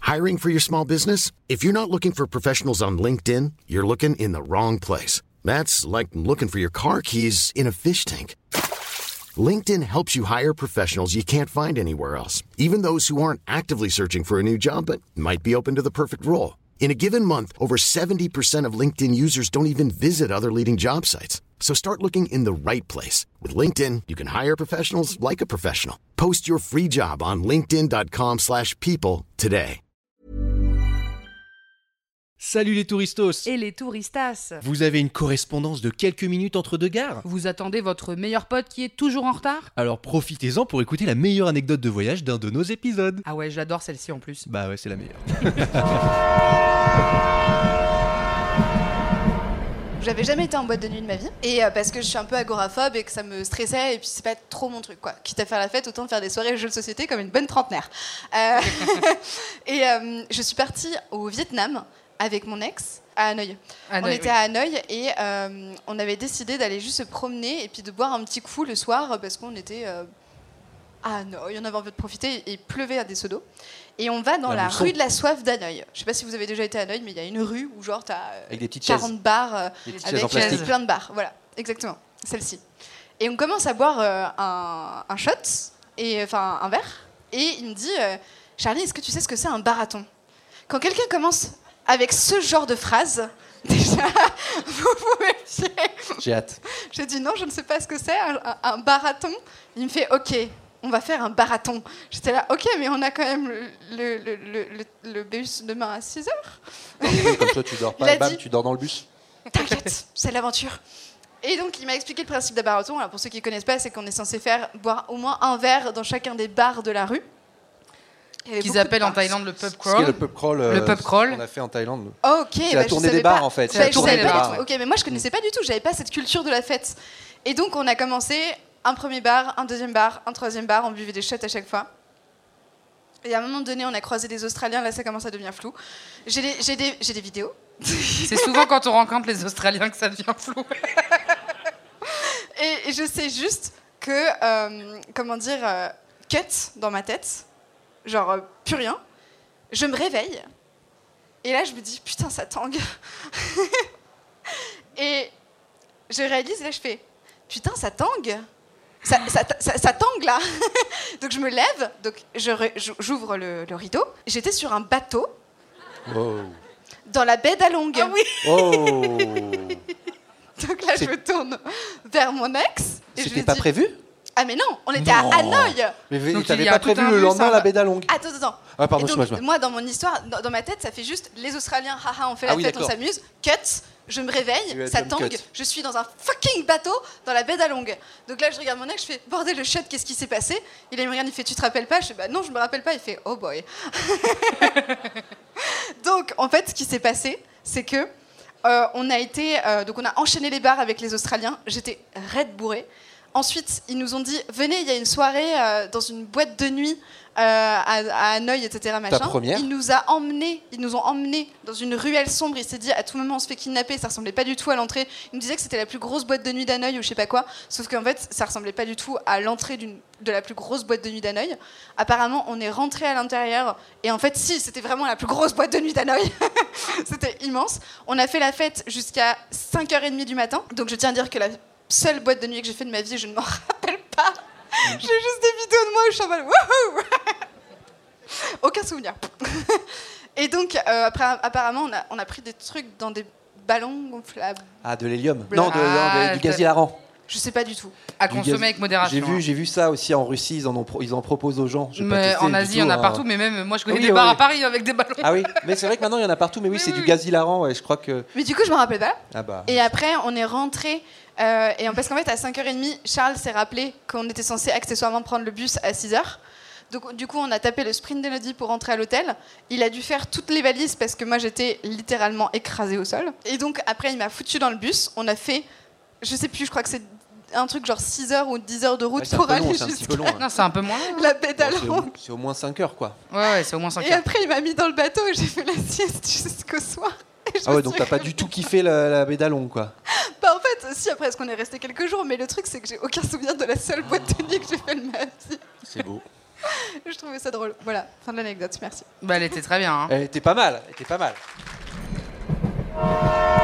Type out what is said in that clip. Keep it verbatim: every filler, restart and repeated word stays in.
Hiring for your small business? If you're not looking for professionals on LinkedIn, you're looking in the wrong place. That's like looking for your car keys in a fish tank. LinkedIn helps you hire professionals you can't find anywhere else, even those who aren't actively searching for a new job but might be open to the perfect role. In a given month, over seventy percent of LinkedIn users don't even visit other leading job sites. So start looking in the right place. With LinkedIn, you can hire professionals like a professional. Post your free job on linkedin.com slash people today. Salut les touristos et les touristas. Vous avez une correspondance de quelques minutes entre deux gares ? Vous attendez votre meilleur pote qui est toujours en retard ? Alors profitez-en pour écouter la meilleure anecdote de voyage d'un de nos épisodes. Ah ouais, j'adore celle-ci en plus. Bah ouais, c'est la meilleure. J'avais jamais été en boîte de nuit de ma vie, et euh, parce que je suis un peu agoraphobe et que ça me stressait, et puis c'est pas trop mon truc, quoi. Quitte à faire la fête, autant faire des soirées jeux de société comme une bonne trentenaire. Euh, et euh, je suis partie au Vietnam avec mon ex à Hanoï. Hanoï on était oui. à Hanoï et euh, on avait décidé d'aller juste se promener et puis de boire un petit coup le soir parce qu'on était euh, à Hanoï, on avait envie de profiter et il pleuvait à des seaux d'eau. Et on va dans la, la rue de la soif d'Hanoï. Je sais pas si vous avez déjà été à Hanoï, mais il y a une rue où genre t'as euh, avec des petites quarante chaises. bars euh, avec chaises plein de bars. Voilà, exactement, celle-ci. Et on commence à boire euh, un, un shot, et enfin un verre, et il me dit euh, Charlie, est-ce que tu sais ce que c'est un barathon ? Quand quelqu'un commence avec ce genre de phrase, déjà, vous pouvez fier. J'ai hâte. J'ai dit non, je ne sais pas ce que c'est, un, un, un barathon. Il me fait ok, on va faire un barathon. J'étais là, ok, mais on a quand même le, le, le, le, le bus demain à six heures. Comme toi, tu dors pas, bam, tu dors dans le bus. T'inquiète, c'est l'aventure. Et donc, il m'a expliqué le principe d'un barathon. Alors, pour ceux qui ne connaissent pas, c'est qu'on est censé faire boire au moins un verre dans chacun des bars de la rue. Qu'ils appellent en Thaïlande le pub crawl. Ce qui est le pub crawl. Euh, le pub crawl. On a fait en Thaïlande. Ok. C'est bah, la tournée des bars, en fait. C'est la tournée des bars. bars. Ok, mais moi, je connaissais pas du tout. J'avais pas cette culture de la fête. Et donc, on a commencé un premier bar, un deuxième bar, un troisième bar. On buvait des shots à chaque fois. Et à un moment donné, on a croisé des Australiens. Là, ça commence à devenir flou. J'ai des, j'ai des, j'ai des vidéos. C'est souvent quand on rencontre les Australiens que ça devient flou. et, et je sais juste que, euh, comment dire, euh, cut dans ma tête. Genre, euh, plus rien. Je me réveille. Et là, je me dis, putain, ça tangue. Et je réalise, et là, je fais, putain, ça tangue. Ça, ça, ça, ça tangue, là. Donc, je me lève. Donc, je re, j'ouvre le, le rideau. J'étais sur un bateau. Oh. Dans la baie d'Along. Ah oui. Oh. Donc là, C'est... je me tourne vers mon ex. Et C'était je lui pas dis, prévu ? Ah mais non, on était non. à Hanoï. Mais donc, t'avais pas prévu le lendemain la baie d'Along ? Attends, attends. Ah pardon, donc, excuse-moi. Moi, dans mon histoire, dans, dans ma tête, ça fait juste les Australiens, haha, on fait la ah oui, fête, d'accord. on s'amuse. Cut, je me réveille, ça tangue, cut. je suis dans un fucking bateau dans la baie d'Along. Donc là, je regarde mon ex, je fais bordel, le shot, qu'est-ce qui s'est passé ? Il me regarde, il fait tu te rappelles pas ? Je fais bah non, je me rappelle pas. Il fait oh boy. Donc en fait, ce qui s'est passé, c'est que euh, on a été, euh, donc on a enchaîné les bars avec les Australiens. J'étais raide bourrée. Ensuite, ils nous ont dit venez, il y a une soirée euh, dans une boîte de nuit euh, à, à Hanoï, et cetera. Machin. Ta première ? Ils nous a emmenés, ils nous ont emmenés dans une ruelle sombre. Il s'est dit à tout moment on se fait kidnapper. Ça ressemblait pas du tout à l'entrée. Il nous disait que c'était la plus grosse boîte de nuit d'Hanoï ou je sais pas quoi. Sauf qu'en fait, ça ressemblait pas du tout à l'entrée d'une, de la plus grosse boîte de nuit d'Hanoï. Apparemment, on est rentré à l'intérieur et en fait, si, c'était vraiment la plus grosse boîte de nuit d'Hanoï. C'était immense. On a fait la fête jusqu'à cinq heures trente du matin. Donc je tiens à dire que la seule boîte de nuit que j'ai fait de ma vie, je ne m'en rappelle pas. J'ai juste des vidéos de moi où je suis en mode wouhou. Aucun souvenir. Et donc, euh, après, apparemment, on a, on a pris des trucs dans des ballons gonflables. Ah, de l'hélium. Blanc. Non, de, non, de, du gaz hilarant. Je sais pas du tout. À Du consommer gaz... avec modération. J'ai vu, j'ai vu ça aussi en Russie, ils en, ont pro... ils en proposent aux gens. Mais en Asie, il y en a un... partout, mais même moi je connais oui, des bars oui. à Paris avec des ballons. Ah oui, mais c'est vrai que maintenant il y en a partout, mais oui, oui c'est oui. du gaz hilarant, ouais, je crois que... Mais du coup, je me rappelle pas. Ah bah... Et après, on est rentré. Euh, et parce qu'en fait, à cinq heures trente, Charles s'est rappelé qu'on était censé accessoirement prendre le bus à six heures. Donc, du coup, on a tapé le sprint d'Elodie pour rentrer à l'hôtel. Il a dû faire toutes les valises parce que moi, j'étais littéralement écrasée au sol. Et donc, après, il m'a foutu dans le bus. On a fait, je sais plus, je crois que c'est un truc genre six heures ou dix heures de route ouais, pour aller long, jusqu'à long, hein. Non, c'est un peu moins long. la baie d'Along. Bon, c'est, au... c'est au moins cinq heures, quoi. Ouais, ouais, c'est au moins cinq Et heures. après, il m'a mis dans le bateau et j'ai fait la sieste jusqu'au soir. Ah ouais, donc t'as pas du tout kiffé la, la baie d'Along, quoi. Bah en fait, si, après, parce qu'on est resté quelques jours, mais le truc, c'est que j'ai aucun souvenir de la seule boîte de nuit que j'ai fait de ma vie. C'est beau. Je trouvais ça drôle. Voilà, fin de l'anecdote, merci. Bah, elle était très bien. Hein. Elle était pas mal, elle était pas mal.